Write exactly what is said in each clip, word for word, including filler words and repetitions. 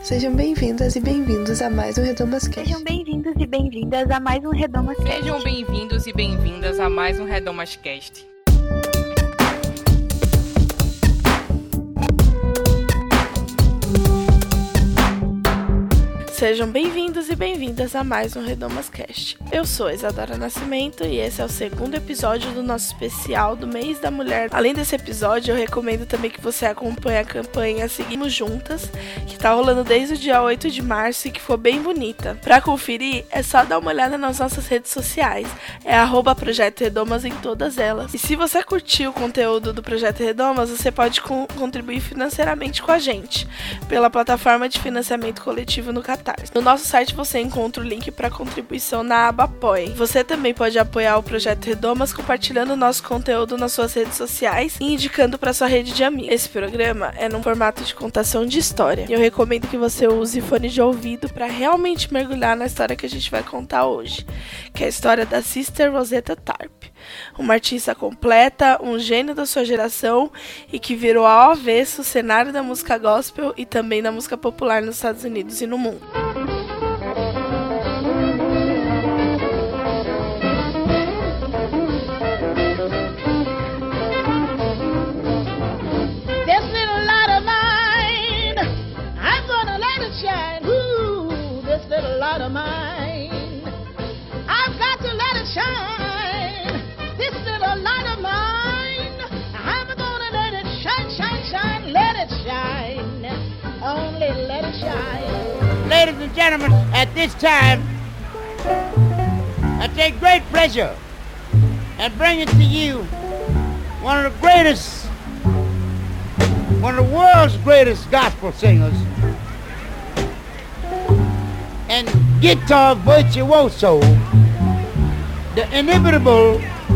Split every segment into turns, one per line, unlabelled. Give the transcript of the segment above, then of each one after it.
Sejam bem-vindas e bem-vindos a mais um RedomasCast.
Sejam bem-vindos e bem-vindas a mais um RedomasCast.
Sejam bem-vindos e bem-vindas a mais um RedomasCast.
Sejam bem-vindos e bem-vindas a mais um RedomasCast. Eu sou Isadora Nascimento e esse é o segundo episódio do nosso especial do Mês da Mulher. Além desse episódio, eu recomendo também que você acompanhe a campanha Seguimos Juntas, que tá rolando desde o dia oito de março e que foi bem bonita. Pra conferir, é só dar uma olhada nas nossas redes sociais, é arroba Projeto Redomas em todas elas. E se você curtiu o conteúdo do Projeto Redomas, você pode co- contribuir financeiramente com a gente, pela plataforma de financiamento coletivo no Catarse. No nosso site você encontra o link para contribuição na aba Apoie. Você também pode apoiar o Projeto Redomas compartilhando o nosso conteúdo nas suas redes sociais e indicando para sua rede de amigos. Esse programa é num formato de contação de história. Eu recomendo que você use fone de ouvido para realmente mergulhar na história que a gente vai contar hoje, que é a história da Sister Rosetta Tharpe, uma artista completa, um gênio da sua geração e que virou ao avesso o cenário da música gospel e também da música popular nos Estados Unidos e no mundo.
Ladies and gentlemen, at this time, I take great pleasure in bringing to you one of the greatest, one of the world's greatest gospel singers and guitar virtuoso, the inimitable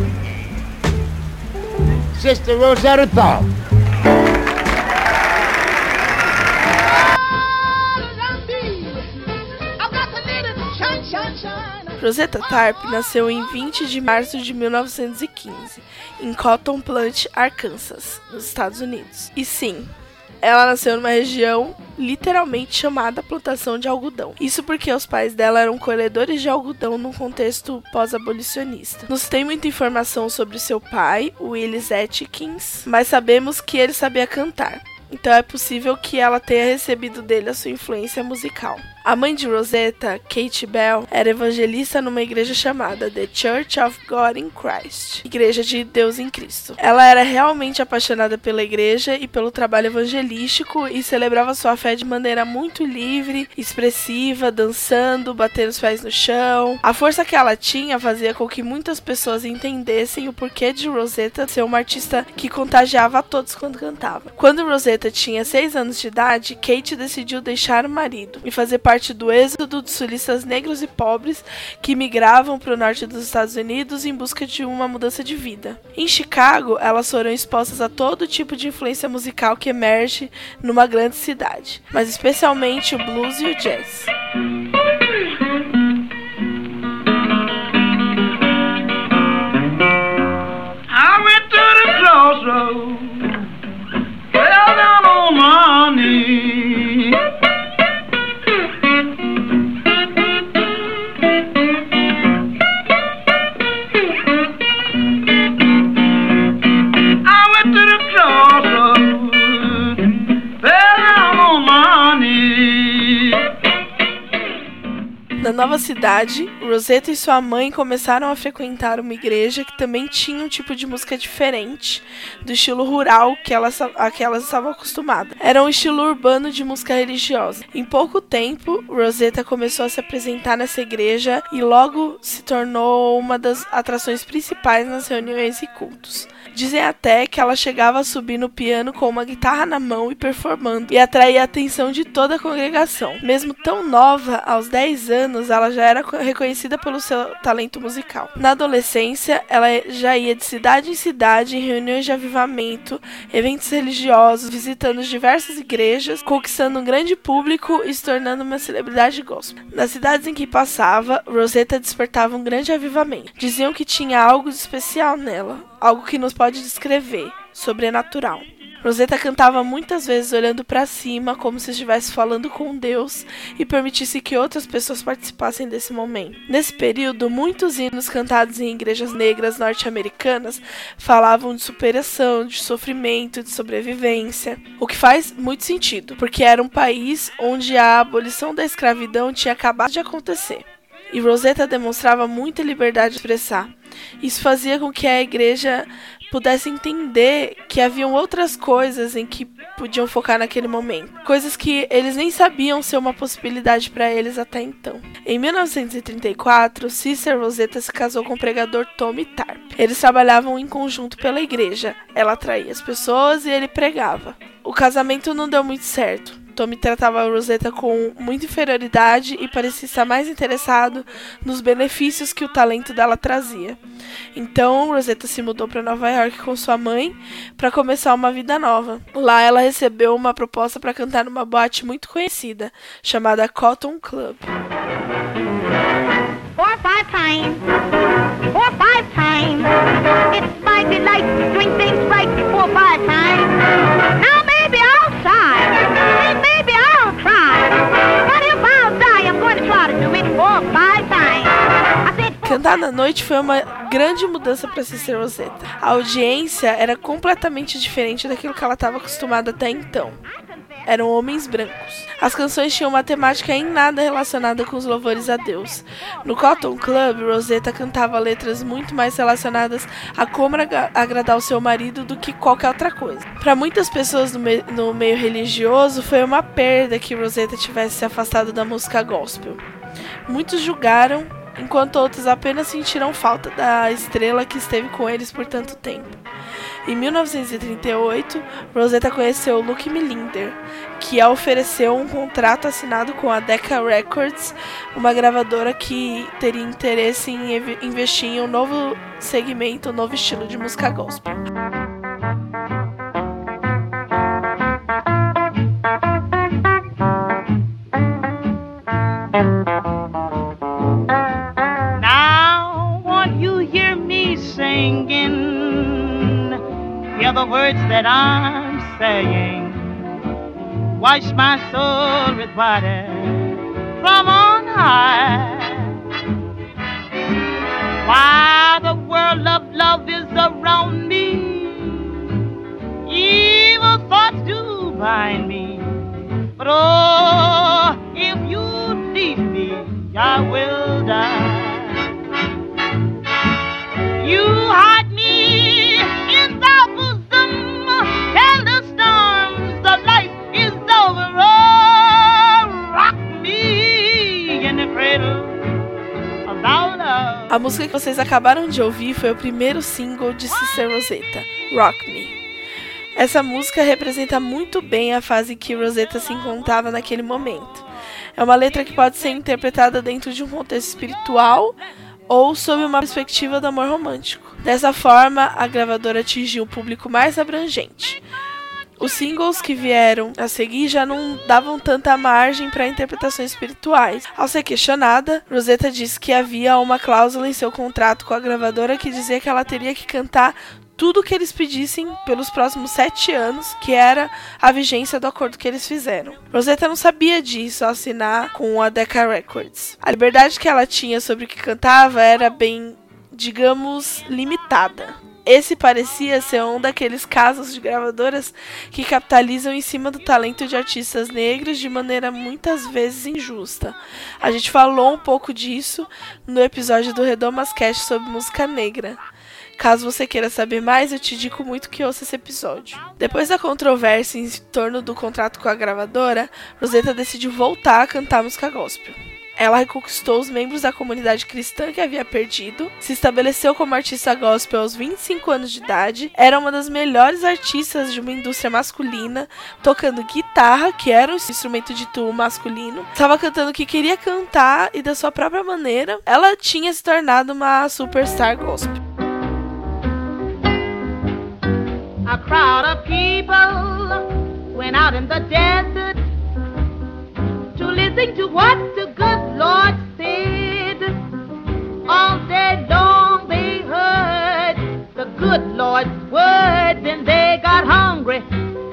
Sister Rosetta Tharpe.
Rosetta Tharpe nasceu em vinte de março de mil novecentos e quinze, em Cotton Plant, Arkansas, nos Estados Unidos. E sim, ela nasceu numa região literalmente chamada plantação de algodão. Isso porque os pais dela eram colhedores de algodão num contexto pós-abolicionista. Não se tem muita informação sobre seu pai, Willis Atkins, mas sabemos que ele sabia cantar. Então é possível que ela tenha recebido dele a sua influência musical. A mãe de Rosetta, Kate Bell, era evangelista numa igreja chamada The Church of God in Christ, Igreja de Deus em Cristo. Ela era realmente apaixonada pela igreja e pelo trabalho evangelístico e celebrava sua fé de maneira muito livre, expressiva, dançando, batendo os pés no chão. A força que ela tinha fazia com que muitas pessoas entendessem o porquê de Rosetta ser uma artista que contagiava a todos quando cantava. Quando Rosetta tinha seis anos de idade, Kate decidiu deixar o marido e fazer parte do êxodo dos sulistas negros e pobres que migravam para o norte dos Estados Unidos em busca de uma mudança de vida. Em Chicago, elas foram expostas a todo tipo de influência musical que emerge numa grande cidade, mas especialmente o blues e o jazz.
I went to the crossroads, fell down on my knees.
Na nova cidade, Rosetta e sua mãe começaram a frequentar uma igreja que também tinha um tipo de música diferente do estilo rural que elas, a que elas estavam acostumadas. Era um estilo urbano de música religiosa. Em pouco tempo, Rosetta começou a se apresentar nessa igreja e logo se tornou uma das atrações principais nas reuniões e cultos. Dizem até que ela chegava a subir no piano com uma guitarra na mão e performando, e atraía a atenção de toda a congregação. Mesmo tão nova, aos dez anos, ela já era reconhecida pelo seu talento musical. Na adolescência, ela já ia de cidade em cidade em reuniões de avivamento, eventos religiosos, visitando diversas igrejas, conquistando um grande público e se tornando uma celebridade gospel. Nas cidades em que passava, Rosetta despertava um grande avivamento. Diziam que tinha algo de especial nela, algo que nos pode descrever, sobrenatural. Rosetta cantava muitas vezes olhando para cima, como se estivesse falando com Deus e permitisse que outras pessoas participassem desse momento. Nesse período, muitos hinos cantados em igrejas negras norte-americanas falavam de superação, de sofrimento, de sobrevivência, o que faz muito sentido, porque era um país onde a abolição da escravidão tinha acabado de acontecer. E Rosetta demonstrava muita liberdade de expressar. Isso fazia com que a igreja pudesse entender que haviam outras coisas em que podiam focar naquele momento. Coisas que eles nem sabiam ser uma possibilidade para eles até então. Em mil novecentos e trinta e quatro, Sister Rosetta se casou com o pregador Tommy Tarp. Eles trabalhavam em conjunto pela igreja. Ela atraía as pessoas e ele pregava. O casamento não deu muito certo. Tommy tratava a Rosetta com muita inferioridade e parecia estar mais interessado nos benefícios que o talento dela trazia. Então, Rosetta se mudou para Nova York com sua mãe para começar uma vida nova. Lá, ela recebeu uma proposta para cantar numa boate muito conhecida, chamada Cotton Club.
Four or five times, four or five times. It's my delight to doing things right four or five times. Now maybe I'll try, and maybe I'll try. But if I'll die, I'm going to try to do it four or five times. I said,
Cantar na noite foi uma grande mudança para Sister Rosetta. A audiência era completamente diferente daquilo que ela estava acostumada até então. Eram homens brancos. As canções tinham uma temática em nada relacionada com os louvores a Deus. No Cotton Club, Rosetta cantava letras muito mais relacionadas a como agradar o seu marido do que qualquer outra coisa. Para muitas pessoas no, me- no meio religioso, foi uma perda que Rosetta tivesse se afastado da música gospel. Muitos julgaram, enquanto outros apenas sentiram falta da estrela que esteve com eles por tanto tempo. Em mil novecentos e trinta e oito, Rosetta conheceu Luke Millinder, que a ofereceu um contrato assinado com a Decca Records, uma gravadora que teria interesse em investir em um novo segmento, um novo estilo de música gospel.
Now, won't you hear me singing? Hear the words that I'm saying. Wash my soul with water from on high. While the world of love is around me, evil thoughts do bind me. But oh, if you leave me, I will die. You hide me in thy bosom, tell the storms of life is over. Oh, rock me in the cradle of thy love.
A música que vocês acabaram de ouvir foi o primeiro single de Sister Rosetta, Rock Me. Essa música representa muito bem a fase em que Rosetta se encontrava naquele momento. É uma letra que pode ser interpretada dentro de um contexto espiritual ou sob uma perspectiva do amor romântico. Dessa forma, a gravadora atingiu um público mais abrangente. Os singles que vieram a seguir já não davam tanta margem para interpretações espirituais. Ao ser questionada, Rosetta disse que havia uma cláusula em seu contrato com a gravadora que dizia que ela teria que cantar tudo o que eles pedissem pelos próximos sete anos, que era a vigência do acordo que eles fizeram. Rosetta não sabia disso ao assinar com a Decca Records. A liberdade que ela tinha sobre o que cantava era bem, digamos, limitada. Esse parecia ser um daqueles casos de gravadoras que capitalizam em cima do talento de artistas negros de maneira muitas vezes injusta. A gente falou um pouco disso no episódio do Redomas Cast sobre música negra. Caso você queira saber mais, eu te indico muito que ouça esse episódio. Depois da controvérsia em torno do contrato com a gravadora, Rosetta decidiu voltar a cantar música gospel. Ela reconquistou os membros da comunidade cristã que havia perdido, se estabeleceu como artista gospel aos vinte e cinco anos de idade, era uma das melhores artistas de uma indústria masculina, tocando guitarra, que era um instrumento de tubo masculino, estava cantando o que queria cantar e da sua própria maneira, ela tinha se tornado uma superstar gospel.
A crowd of people went out in the desert to listen to what the good Lord said. All day long they heard the good Lord's words, and they got hungry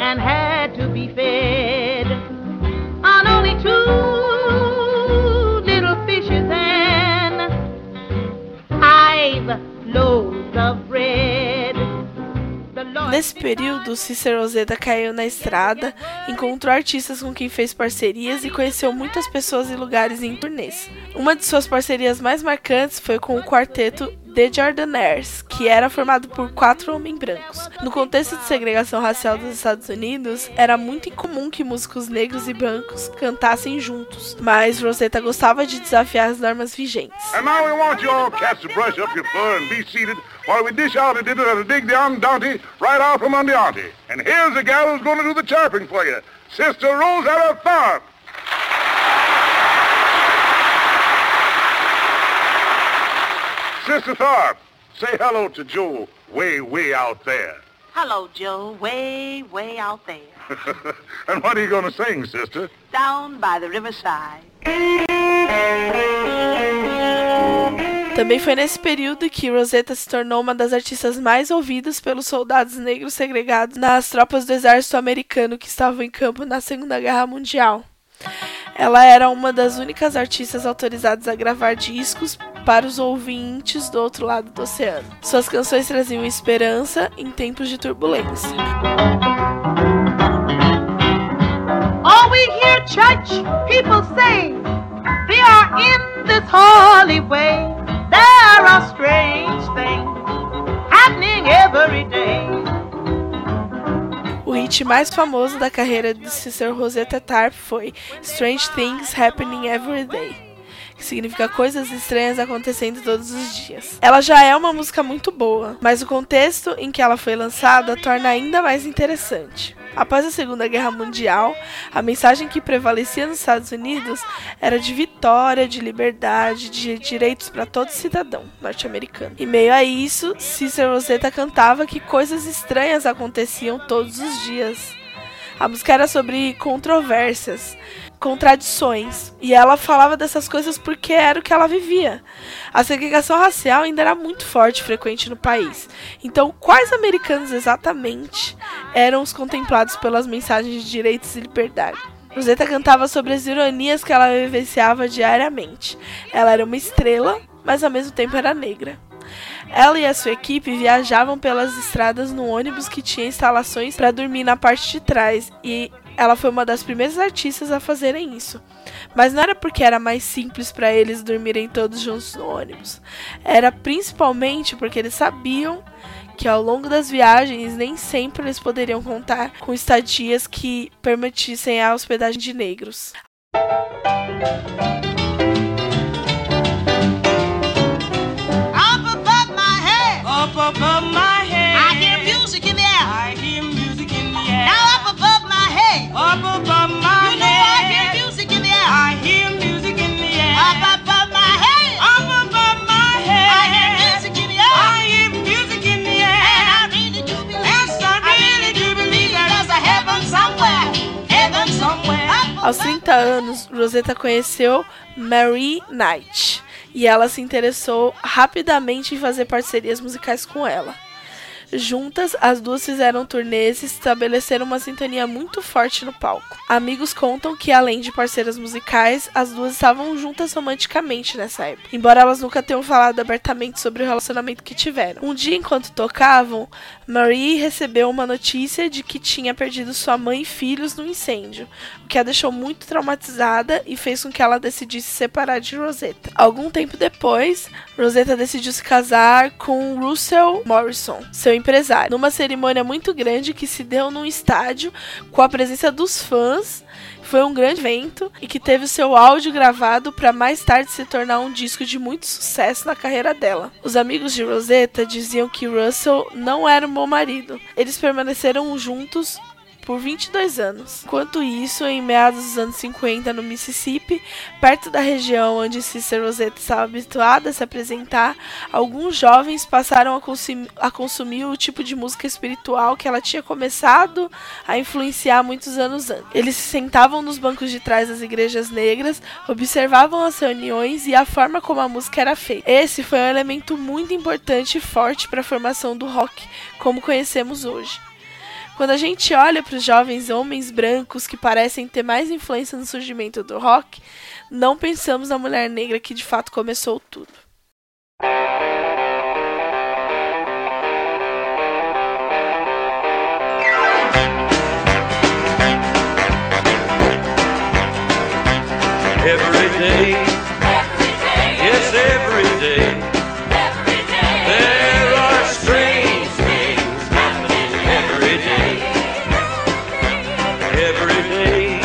two little fishes and five loaves of bread. The Lord
Nesse período, Cícero Roseta caiu na estrada, encontrou artistas com quem fez parcerias e conheceu muitas pessoas e lugares em turnês. Uma de suas parcerias mais marcantes foi com o quarteto The Jordanaires, que era formado por quatro homens brancos. No contexto de segregação racial dos Estados Unidos, era muito incomum que músicos negros e brancos cantassem juntos, mas Roseta gostava de desafiar as normas vigentes.
And now we want you all cats to brush up your fur and be seated while we dish out a dinner that'll dig the undaunty right out from under auntie. And here's the gal who's going to do the chirping for you, Sister Rosetta Tharpe. Sister Tharpe, say hello to Joe way, way out there.
Hello, Joe, way, way out there.
And what are you going to sing, sister?
Down by the riverside.
Também foi nesse período que Roseta se tornou uma das artistas mais ouvidas pelos soldados negros segregados nas tropas do exército americano que estavam em campo na Segunda Guerra Mundial. Ela era uma das únicas artistas autorizadas a gravar discos para os ouvintes do outro lado do oceano. Suas canções traziam esperança em tempos de turbulência.
all we hear church people say, they are in this holy way. There are strange things happening every day.
O hit mais famoso da carreira de Cícero Roseta Tharpe foi Strange Things Happening Every Day, que significa coisas estranhas acontecendo todos os dias. Ela já é uma música muito boa, mas o contexto em que ela foi lançada torna ainda mais interessante. Após a Segunda Guerra Mundial, a mensagem que prevalecia nos Estados Unidos era de vitória, de liberdade, de direitos para todo cidadão norte-americano. Em meio a isso, Cícero Roseta cantava que coisas estranhas aconteciam todos os dias. A música era sobre controvérsias, contradições, e ela falava dessas coisas porque era o que ela vivia. A segregação racial ainda era muito forte e frequente no país. Então, quais americanos exatamente eram os contemplados pelas mensagens de direitos e liberdade? Roseta cantava sobre as ironias que ela vivenciava diariamente. Ela era uma estrela, mas ao mesmo tempo era negra. Ela e a sua equipe viajavam pelas estradas num ônibus que tinha instalações para dormir na parte de trás, e ela foi uma das primeiras artistas a fazerem isso. Mas não era porque era mais simples para eles dormirem todos juntos no ônibus. Era principalmente porque eles sabiam que ao longo das viagens nem sempre eles poderiam contar com estadias que permitissem a hospedagem de negros.
Up above my head,
I hear music in the air.
I hear music in the air.
Now up above my head,
Up above my
you know I hear
head,
music in the air.
I hear music in the air.
Up above my head,
Up above my head,
I hear music in the air.
I hear music in the air.
And I really do believe,
Yes, I really do believe that
there's a heaven somewhere, heaven somewhere. Up
Aos trinta anos, Roseta conheceu Mary Knight, e ela se interessou rapidamente em fazer parcerias musicais com ela. Juntas, as duas fizeram turnês e estabeleceram uma sintonia muito forte no palco. Amigos contam que, além de parceiras musicais, as duas estavam juntas romanticamente nessa época, embora elas nunca tenham falado abertamente sobre o relacionamento que tiveram. Um dia, enquanto tocavam, Marie recebeu uma notícia de que tinha perdido sua mãe e filhos no incêndio, o que a deixou muito traumatizada e fez com que ela decidisse se separar de Roseta. Algum tempo depois, Roseta decidiu se casar com Russell Morrison, seu empresário, numa cerimônia muito grande que se deu num estádio com a presença dos fãs. Foi um grande evento e que teve o seu áudio gravado para mais tarde se tornar um disco de muito sucesso na carreira dela. Os amigos de Roseta diziam que Russell não era um bom marido. Eles permaneceram juntos por vinte e dois anos. Enquanto isso, em meados dos anos cinquenta, no Mississippi, perto da região onde Cícero Roseta estava habituada a se apresentar, alguns jovens passaram a consumir, a consumir o tipo de música espiritual que ela tinha começado a influenciar muitos anos antes. Eles se sentavam nos bancos de trás das igrejas negras, observavam as reuniões e a forma como a música era feita. Esse foi um elemento muito importante e forte para a formação do rock, como conhecemos hoje. Quando a gente olha para os jovens homens brancos que parecem ter mais influência no surgimento do rock, não pensamos na mulher negra que de fato começou tudo.
Every day, every day, yes, every day, every day, there are strange things happening every day, every day,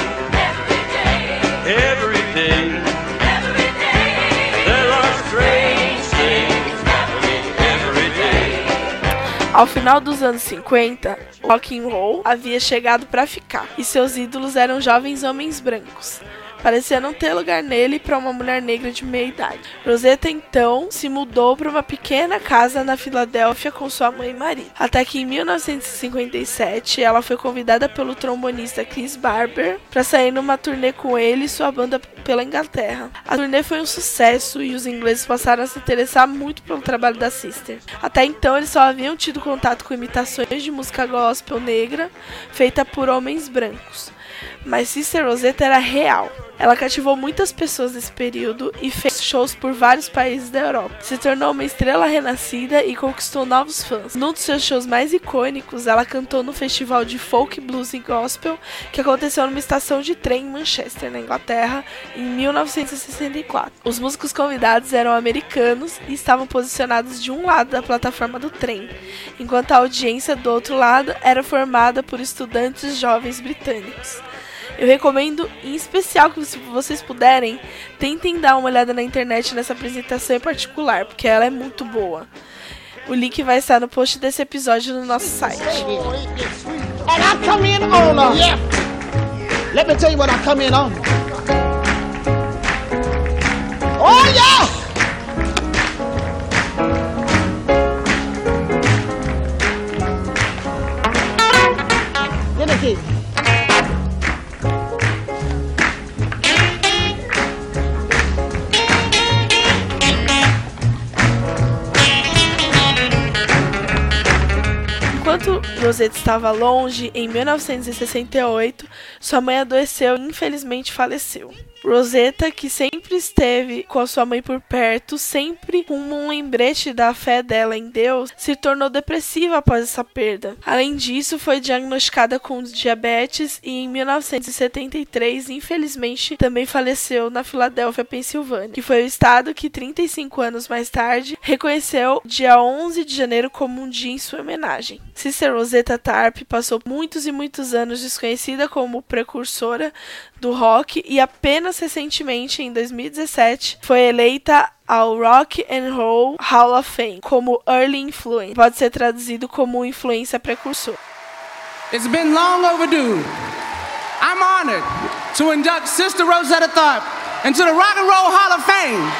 every day, every day, there are strange things happening every day.
Ao final dos anos cinquenta, o rock and roll havia chegado para ficar, e seus ídolos eram jovens homens brancos. Parecia não ter lugar nele para uma mulher negra de meia idade. Rosetta então se mudou para uma pequena casa na Filadélfia com sua mãe e marido. Até que em mil novecentos e cinquenta e sete ela foi convidada pelo trombonista Chris Barber para sair numa turnê com ele e sua banda pela Inglaterra. A turnê foi um sucesso e os ingleses passaram a se interessar muito pelo trabalho da Sister. Até então eles só haviam tido contato com imitações de música gospel negra feita por homens brancos. Mas Sister Rosetta era real. Ela cativou muitas pessoas nesse período e fez shows por vários países da Europa. Se tornou uma estrela renascida e conquistou novos fãs. Num dos seus shows mais icônicos, ela cantou no festival de folk, blues e gospel que aconteceu numa estação de trem em Manchester, na Inglaterra, em mil novecentos e sessenta e quatro. Os músicos convidados eram americanos e estavam posicionados de um lado da plataforma do trem, enquanto a audiência do outro lado era formada por estudantes jovens britânicos. Eu recomendo, em especial, que se vocês puderem, tentem dar uma olhada na internet nessa apresentação em particular, porque ela é muito boa. O link vai estar no post desse episódio no nosso site.
And I come in on a, yeah. Let me tell you what I come in on. Oh yeah! Let me see.
Enquanto Rosetta estava longe, em mil novecentos e sessenta e oito, sua mãe adoeceu e infelizmente faleceu. Rosetta, que sempre esteve com a sua mãe por perto, sempre com um lembrete da fé dela em Deus, se tornou depressiva após essa perda. Além disso, foi diagnosticada com diabetes e em mil novecentos e setenta e três, infelizmente, também faleceu na Filadélfia, Pensilvânia, que foi o estado que trinta e cinco anos mais tarde reconheceu dia onze de janeiro como um dia em sua homenagem. Sister Rosetta Tharpe passou muitos e muitos anos desconhecida como precursora do rock e apenas recentemente, em dois mil e dezessete, foi eleita ao Rock and Roll Hall of Fame como Early Influence. Pode ser traduzido como influência precursor.
It's been long overdue. I'm honored to induct Sister Rosetta Tharpe into the Rock and Roll Hall of Fame.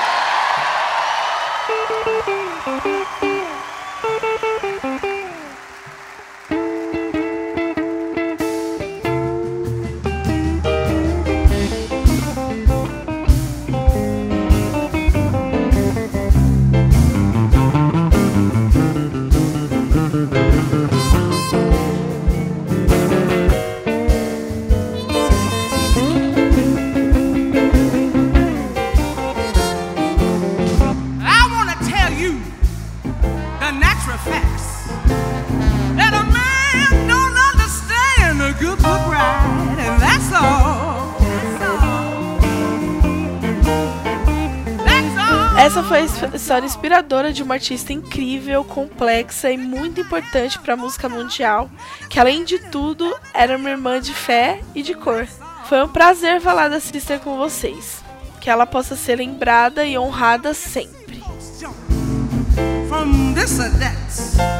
Essa foi a história inspiradora de uma artista incrível, complexa e muito importante para a música mundial, que além de tudo era uma irmã de fé e de cor. Foi um prazer falar da Sister com vocês. Que ela possa ser lembrada e honrada sempre.
From this or that.